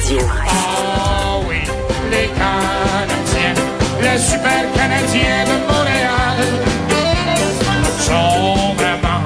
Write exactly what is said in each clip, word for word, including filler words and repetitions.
Radio. Oh oui, les Canadiens, le super Canadien de Montréal sont vraiment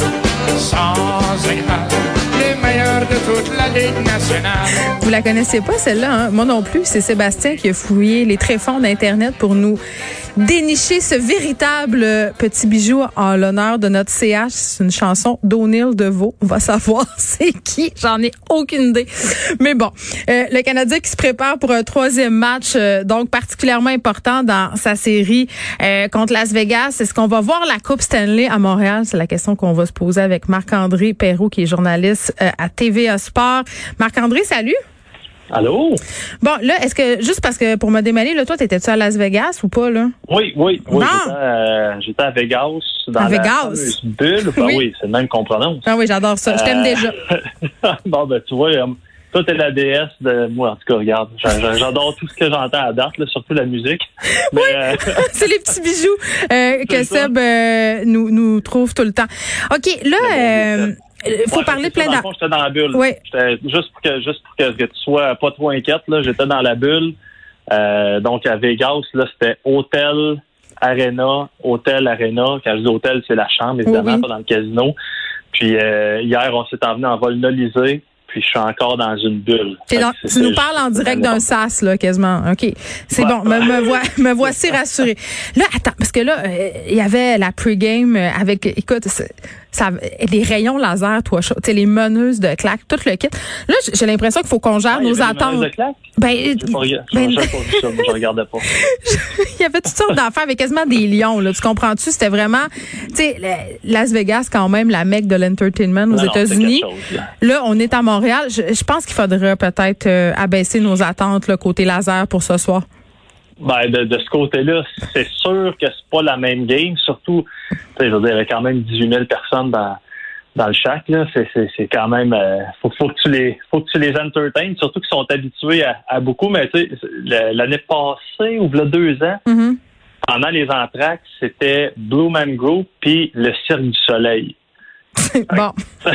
sans égal, les meilleurs de toute la Ligue nationale. Vous la connaissez pas, celle-là, hein? Moi non plus. C'est Sébastien qui a fouillé les tréfonds d'Internet pour nous dénicher ce véritable petit bijou en l'honneur de notre C H. C'est une chanson d'O'Neill Deveau. On va savoir c'est qui. J'en ai aucune idée. Mais bon, euh, le Canadien qui se prépare pour un troisième match, euh, donc particulièrement important dans sa série euh, contre Las Vegas. Est-ce qu'on va voir la Coupe Stanley à Montréal? C'est la question qu'on va se poser avec Marc-André Perrault, qui est journaliste euh, à T V A Sport. Marc-André, salut. Allô? Bon, là, est-ce que, juste parce que pour me démêler, là, toi, t'étais-tu à Las Vegas ou pas, là? Oui, oui, oui. Bon. J'étais, euh, j'étais à Vegas, dans à la Vegas. fameuse bulle. Ben Oui. oui, c'est le même qu'on prononce. Ah oui, j'adore ça. Je t'aime Euh, déjà. bon, ben, tu vois, euh, toi, t'es la déesse de moi, en tout cas, regarde. j'a- J'adore tout ce que j'entends à date, là, surtout la musique. Mais, euh, C'est les petits bijoux euh, que C'est ça. Seb euh, nous, nous trouve tout le temps. OK, là, euh, il faut ouais, parler c'est ça, plein dans le d'a... fond, j'étais dans la bulle. Oui. J'étais, juste pour que, juste pour que, que tu sois pas trop inquiète, là, j'étais dans la bulle. Euh, donc, à Vegas, là, c'était hôtel, arena, hôtel, arena. Quand je dis hôtel, c'est la chambre, évidemment, Oui, oui. pas dans le casino. Puis, euh, hier, on s'est emmené en vol Nolisé. Puis, je suis encore dans une bulle. T'es Fait dans- que c'est- tu nous c'est- parles en direct d'un S A S, là, quasiment. OK. C'est Ouais. bon. Me, me, voi- me voici rassurée. Là, attends, parce que là, euh, il y avait la pre-game euh, avec, écoute, c'est- ça, les rayons laser, toi, tu sais, les meneuses de claques, tout le kit. Là, j'ai- j'ai l'impression qu'il faut qu'on gère Ah, il y nos avait des attentes. meneuses de claques? Ben, J'ai pas, regardé- ben, j'ai pas vu ça, moi, je regardais pas. il y avait toutes sortes d'affaires avec quasiment des lions, là. Tu comprends-tu? C'était vraiment, tu sais, le- Las Vegas, quand même, la mecque de l'entertainment aux Non, non, c'est États-Unis. quelque chose, là. Là, on est à Montréal. Je, je pense qu'il faudrait peut-être euh, abaisser nos attentes, là, côté laser pour ce soir. Ben, de, de ce côté-là, c'est sûr que c'est pas la même game. Surtout, tu sais, je veux dire, il y avait quand même dix-huit mille personnes dans, dans le shack, là. C'est, c'est, c'est quand même, euh, faut, faut que tu les, faut que tu les entertaines, surtout qu'ils sont habitués à, à beaucoup. Mais tu sais, le- l'année passée, ou il y a deux ans, Mhm. pendant les entractes, c'était Blue Man Group puis le Cirque du Soleil. Bon.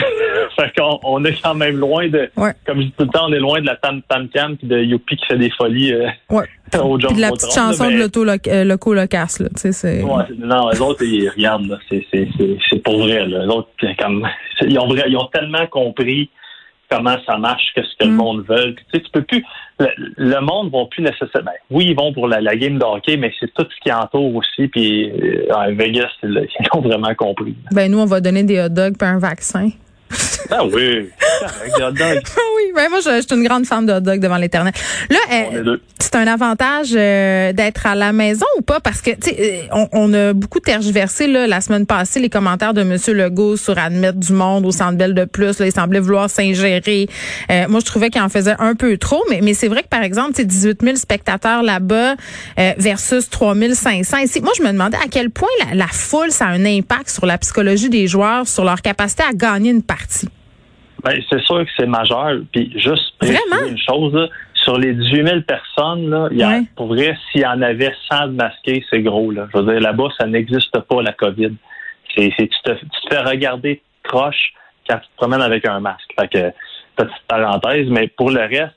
Fait qu'on on est quand même loin de, Ouais. comme je dis tout le temps, on est loin de la Tam Tam Tam puis de Youpi qui fait des folies euh, Ouais. au Puis de la petite chanson de l'auto euh, loco locasse, là. Tu sais, c'est. Ouais, non, les autres, ils regardent, là, c'est, c'est, c'est, c'est pour vrai, là. Les autres, comme, ils ont, ils ont tellement compris comment ça marche, qu'est-ce que Mm. le monde veut. Puis, tu sais, tu peux plus, le, le monde va plus nécessairement, ben, oui, ils vont pour la, la game de hockey, mais c'est tout ce qui entoure aussi, puis, euh, à Vegas, là, ils ont vraiment compris. Ben, nous, on va donner des hot dogs puis un vaccin. Ben oui, avec des hot dogs. Oui, ben moi, je, je suis une grande fan de hot dog devant l'Éternel. Là, On est euh, deux. c'est un avantage euh, d'être à la maison ou pas? Parce que, tu sais, on, on a beaucoup tergiversé là, la semaine passée les commentaires de M. Legault sur admettre du monde au Centre Bell de plus. Là, il semblait vouloir s'ingérer. Euh, moi, je trouvais qu'il en faisait un peu trop. Mais, mais c'est vrai que, par exemple, c'est dix-huit mille spectateurs là-bas euh, versus trois mille cinq cents ici. Moi, je me demandais à quel point la, la foule, ça a un impact sur la psychologie des joueurs, sur leur capacité à gagner une partie. Ben, c'est sûr que c'est majeur. Puis juste préciser Vraiment? une chose, là, sur les dix-huit mille personnes, là, il y a, Ouais. pour vrai, s'il y en avait cent de masqués, c'est gros. Là. Je veux dire, là-bas, ça n'existe pas, la COVID. C'est, c'est, tu, te, tu te fais regarder croche quand tu te promènes avec un masque. Fait que, petite parenthèse, mais pour le reste,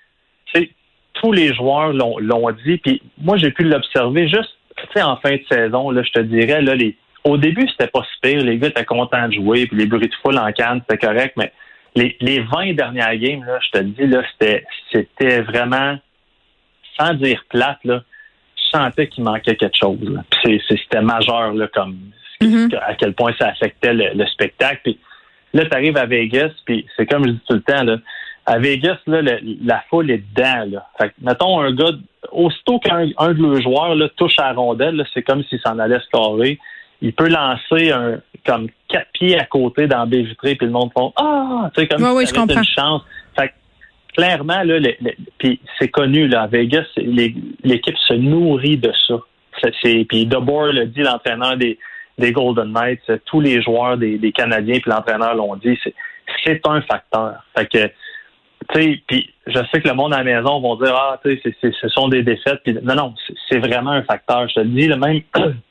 tu sais, tous les joueurs l'ont, l'ont dit. Puis moi, j'ai pu l'observer juste, tu sais, en fin de saison, là, je te dirais, là, les, au début, c'était pas si pire. Les gars étaient contents de jouer, puis les bruits de foule en canne, c'était correct, mais Les, les vingt dernières games, là, je te dis, là, c'était, c'était vraiment, sans dire plate, là, je sentais qu'il manquait quelque chose. Là. Puis c'est, c'est, c'était majeur, là, comme Mm-hmm. à quel point ça affectait le, le spectacle. Puis là, tu arrives à Vegas, puis c'est comme je dis tout le temps, là, à Vegas, là, le, la foule est dedans. Là. Fait que, mettons, un gars, aussitôt qu'un un de leurs joueurs là, touche à la rondelle, là, c'est comme s'il s'en allait scorer. Il peut lancer un comme quatre pieds à côté dans la baie vitrée, puis le monde fait ah, tu sais, comme Ouais, si oui, je t'avais comprends. une chance. Fait que, clairement, là, le, le, puis c'est connu, là, à Vegas, c'est- les, l'équipe se nourrit de ça. C'est, c'est, puis DeBoer l'a dit, l'entraîneur des, des Golden Knights, tous les joueurs des, des Canadiens, puis l'entraîneur l'ont dit, c'est, c'est un facteur. Fait que, tu sais, puis je sais que le monde à la maison vont dire ah, tu sais, c'est, c'est, ce sont des défaites. Puis non, non, c'est, c'est vraiment un facteur. Je te le dis, le même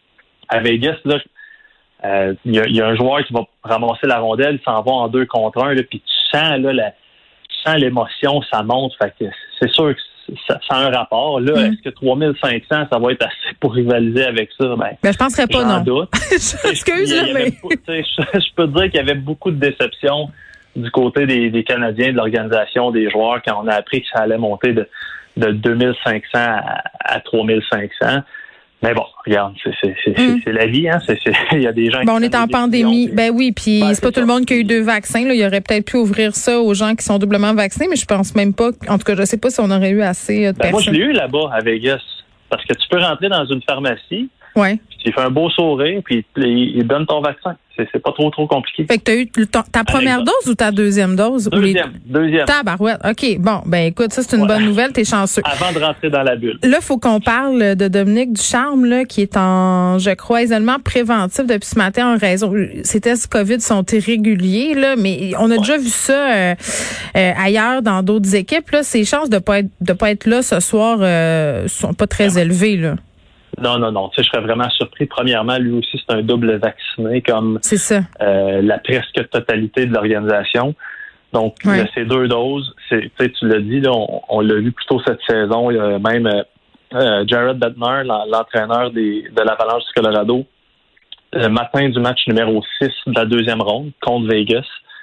à Vegas, là, euh, il y, a, y a un joueur qui va ramasser la rondelle, il s'en va en deux contre un, là, puis tu sens là, la, tu sens l'émotion, ça monte. Fait que c'est sûr que ça, ça a un rapport. Là, mm. est-ce que trois mille cinq cents, ça va être assez pour rivaliser avec ça? Ben, ben je penserais pas, non. Doute. Excuse, il y mais... Je, je peux te dire qu'il y avait beaucoup de déception du côté des, des Canadiens, de l'organisation, des joueurs, quand on a appris que ça allait monter de, de deux mille cinq cents à, à trois mille cinq cents. Mais bon, regarde, c'est, c'est, c'est, mm. c'est la vie, hein. C'est, c'est, il y a des gens bon, qui... on est en pandémie. Puis... Ben oui, puis ben, c'est, c'est pas ça. Tout le monde qui a eu deux vaccins. Là. Il aurait peut-être pu ouvrir ça aux gens qui sont doublement vaccinés, mais je pense même pas... En tout cas, je sais pas si on aurait eu assez de ben, personnes. Moi, je l'ai eu là-bas, à Vegas. Parce que tu peux rentrer dans une pharmacie, ouais. puis tu fais un beau sourire, puis il donne ton vaccin. C'est, c'est pas trop, trop compliqué. Fait que tu as eu ta, ta première dose ou ta deuxième dose? Deuxième. Les... Deuxième. Tabarouette. OK. Bon, ben écoute, ça, c'est une ouais. bonne nouvelle. T'es chanceux. Avant de rentrer dans la bulle. Là, il faut qu'on parle de Dominique Ducharme, là, qui est en, je crois, isolement préventif depuis ce matin en raison. Ces tests COVID sont irréguliers, là, mais on a ouais. déjà vu ça euh, euh, ailleurs dans d'autres équipes. Là, ses chances de pas être de pas être là ce soir euh, sont pas très ouais. élevées, là. Non, non, non. Tu sais, je serais vraiment surpris. Premièrement, lui aussi, c'est un double vacciné comme c'est ça. Euh, la presque totalité de l'organisation. Donc, ouais. ces deux doses, c'est, tu sais, tu l'as dit, là, on, on l'a vu plus tôt cette saison. Il y a même euh, Jared Bednar, l'entraîneur des, de l'Avalanche du Colorado, le matin du match numéro six de la deuxième ronde contre Vegas,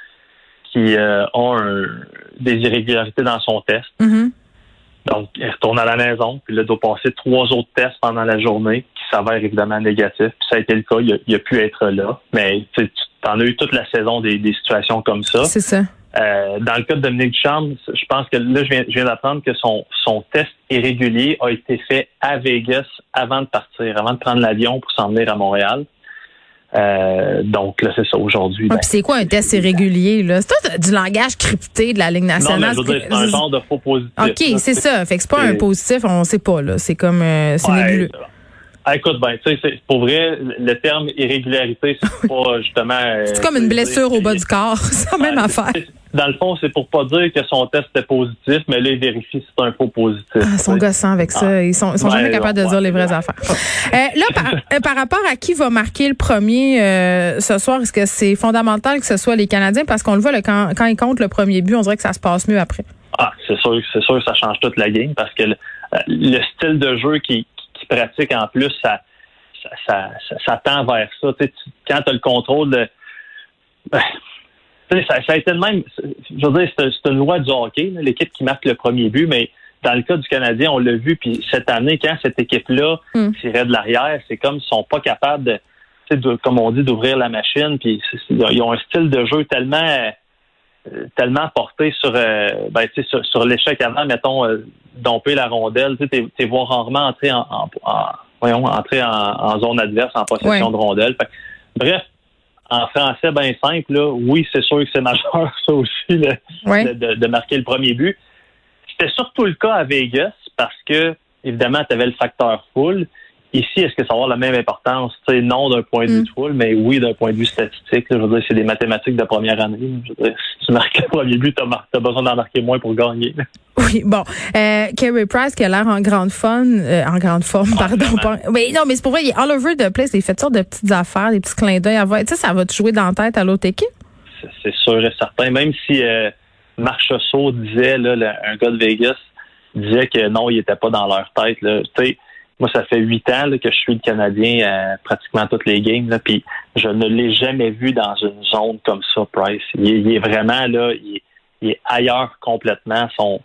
qui euh, ont un, des irrégularités dans son test. Mm-hmm. Donc, il retourne à la maison, puis là, il doit passer trois autres tests pendant la journée qui s'avèrent évidemment négatifs. Puis ça a été le cas, il a, il a pu être là. Mais tu en as eu toute la saison des, des situations comme ça. C'est ça. Euh, dans le cas de Dominique Ducharme, je pense que là, je viens, je viens d'apprendre que son, son test irrégulier a été fait à Vegas avant de partir, avant de prendre l'avion pour s'en venir à Montréal. Euh, donc là, c'est ça aujourd'hui. Ah, ben, puis c'est quoi un test irrégulier, là? C'est tout du langage crypté de la Ligue nationale. Non, mais je veux dire, c'est un genre de faux positif. OK, là, c'est, c'est ça. Fait que c'est pas c'est... un positif, on sait pas, là. C'est comme, euh, c'est ouais, nébuleux. Ah, écoute, ben, tu sais, c'est, pour vrai, le terme irrégularité, c'est pas justement... Euh, c'est comme une blessure dire, au bas du corps. C'est la même ouais, affaire. Dans le fond, c'est pour pas dire que son test était positif, mais là, il vérifie si c'est un faux positif. Ah, ils sont gossants avec ça. Ah. Ils sont, ils sont ouais, jamais capables de ouais, dire les vraies ouais. affaires. euh, là, par, euh, par rapport à qui va marquer le premier euh, ce soir, est-ce que c'est fondamental que ce soit les Canadiens? Parce qu'on le voit, là, quand, quand ils comptent le premier but, on dirait que ça se passe mieux après. Ah, c'est sûr, c'est sûr que ça change toute la game parce que le, le style de jeu qui qui pratique en plus, ça, ça, ça, ça, ça tend vers ça. Tu sais, quand tu as le contrôle de... Ben, tu sais, ça, ça a été le même... Je veux dire, c'est, c'est une loi du hockey, là, l'équipe qui marque le premier but, mais dans le cas du Canadien, on l'a vu, puis cette année, quand cette équipe-là mm. tirait de l'arrière, c'est comme s'ils sont pas capables de, tu sais, de, comme on dit, d'ouvrir la machine, puis ils ont un style de jeu tellement... tellement porté sur, euh, ben, tu sais, sur, sur l'échec avant, mettons, euh, domper la rondelle. Tu sais, t'es voir rarement entrer en, en, en voyons, entrer en, en zone adverse en possession ouais. de rondelle. Fait, bref, en français, bien simple, là, oui, c'est sûr que c'est majeur, ça aussi, là, ouais. de, de, de marquer le premier but. C'était surtout le cas à Vegas parce que, évidemment, tu avais le facteur foule. Ici, est-ce que ça va avoir la même importance? T'sais, non d'un point de vue mm. de foule, mais oui d'un point de vue statistique. Là, je veux dire, c'est des mathématiques de première année. Je veux dire, si tu marques le premier but, t'as, mar- t'as besoin d'en marquer moins pour gagner. Oui, bon. Euh, Carey Price qui a l'air en grande fun, euh, en grande forme, oh, pardon. Pas, mais non, mais c'est pour vrai, il est all over the place. Il fait toutes sortes de petites affaires, des petits clins d'œil à voir. Tu sais, ça va te jouer dans la tête à l'autre équipe? C'est, c'est sûr et certain. Même si euh, Marchessault disait, là, le, un gars de Vegas, disait que non, il était pas dans leur tête. Là. Tu sais, moi, ça fait huit ans là, que je suis le Canadien à pratiquement toutes les games, là, puis je ne l'ai jamais vu dans une zone comme ça, Price. Il est, il est vraiment là, il est, il est ailleurs complètement. Son,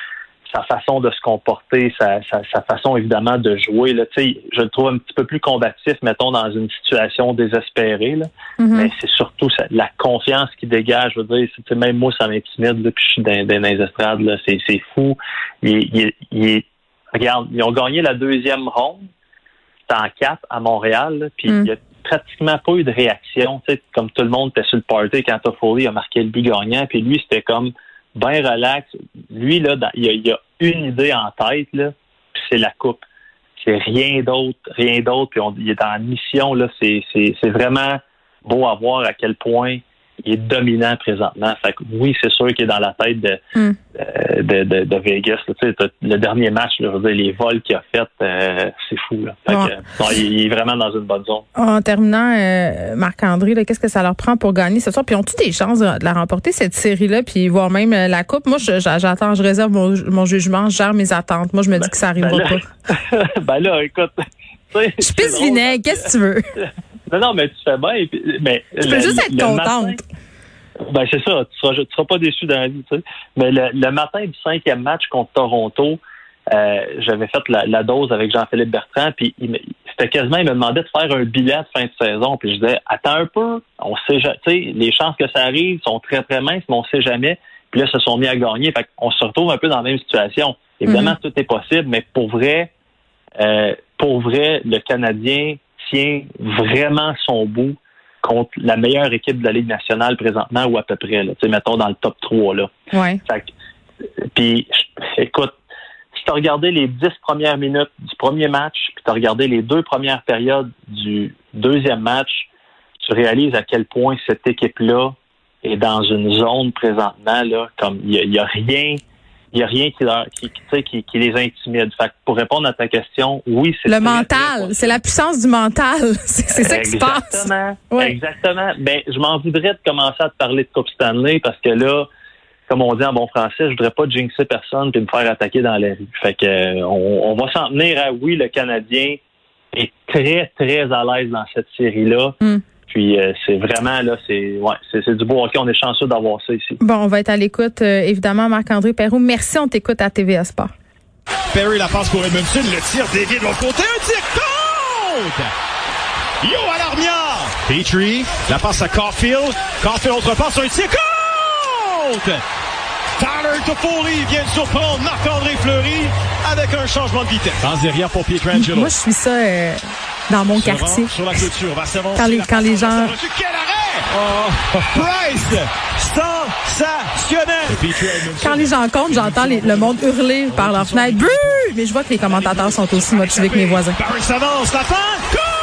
sa façon de se comporter, sa, sa, sa façon évidemment de jouer, là, tu sais, je le trouve un petit peu plus combatif, mettons, dans une situation désespérée. Là. Mm-hmm. Mais c'est surtout ça, la confiance qu'il dégage. Je veux dire, c'est, même moi, ça m'intimide, là, puis je suis dans, dans les estrades, là, c'est, c'est fou. Il, il, il est Regarde, ils ont gagné la deuxième ronde, c'était en quatre à Montréal, là, puis il mm. n'y a pratiquement pas eu de réaction. Tu sais, comme tout le monde était sur le party quand Toffoli a marqué le but gagnant, puis lui, c'était comme bien relax. Lui, là, dans, il, a, il a une idée en tête, là, puis c'est la coupe. C'est rien d'autre, rien d'autre, puis on, il est en mission, là, c'est, c'est, c'est vraiment beau à voir à quel point il est dominant présentement. Fait que oui, c'est sûr qu'il est dans la tête de, mm. euh, de, de, de Vegas. Là. Tu sais, le dernier match, là, je veux dire, les vols qu'il a fait, euh, c'est fou. Là. Fait ouais. que, non, il, il est vraiment dans une bonne zone. En terminant, euh, Marc-André, là, qu'est-ce que ça leur prend pour gagner ce soir? Puis ont-ils des chances de, de la remporter, cette série-là, puis voire même euh, la Coupe? Moi, je, j'attends, je réserve mon, mon jugement, je gère mes attentes. Moi, je me ben, dis que ça arrivera ben là, pas. ben là, écoute... Je pisse vinaigre, qu'est-ce que tu veux? Non, non, mais tu fais bien. Mais je peux le, juste être contente. Matin, ben c'est ça, tu seras, tu seras pas déçu dans la vie, tu sais. Mais le, le matin du cinquième match contre Toronto, euh, j'avais fait la, la dose avec Jean-Philippe Bertrand, puis il me, c'était quasiment, il me demandait de faire un bilan de fin de saison, puis je disais, attends un peu, on sait, tu sais, les chances que ça arrive sont très très minces, mais on sait jamais. Puis là, ils se sont mis à gagner, fait qu'on se retrouve un peu dans la même situation. Évidemment, mm-hmm. tout est possible, mais pour vrai, euh, pour vrai, le Canadien tient vraiment son bout contre la meilleure équipe de la Ligue nationale présentement, ou à peu près, là, mettons dans le top trois. Là. Ouais. Puis, écoute, si tu as regardé les dix premières minutes du premier match, puis tu as regardé les deux premières périodes du deuxième match, tu réalises à quel point cette équipe-là est dans une zone présentement, là, comme il n'y a, a rien... Il n'y a rien qui, leur, qui, qui, qui, qui les intimide. Fait que pour répondre à ta question, oui, c'est... Le mental, c'est la puissance du mental. C'est, c'est ça qui se passe. Exactement. Ouais. Exactement. Ben, je m'en voudrais de commencer à te parler de Coupe Stanley parce que là, comme on dit en bon français, je voudrais pas jinxer personne et me faire attaquer dans la rue. Fait que on, on va s'en tenir à oui, le Canadien est très, très à l'aise dans cette série-là. Mm. Puis euh, c'est vraiment, là, c'est ouais, c'est, c'est du beau hockey. On est chanceux d'avoir ça ici. Bon, on va être à l'écoute, euh, évidemment, Marc-André Perroux. Merci, on t'écoute à T V A Sport. Perry la passe pour Edmundson, le tir dévié de l'autre côté, un tir contre! Yo à l'armière! Petrie, la passe à Caulfield. Caulfield, autre passe, un tir contre! Tyler Toffoli vient de surprendre Marc-André Fleury avec un changement de vitesse. Passe derrière pour Pietrangelo. Moi, je suis ça... Euh... dans mon sur quartier. Sur la clôture, va quand les, quand les gens... Quel arrêt! Oh. Price! Sensationnel! Quand les gens comptent, j'entends les, le monde hurler par leur fenêtre. But! Mais je vois que les commentateurs sont aussi motivés que mes voisins. Barry s'avance, la fin!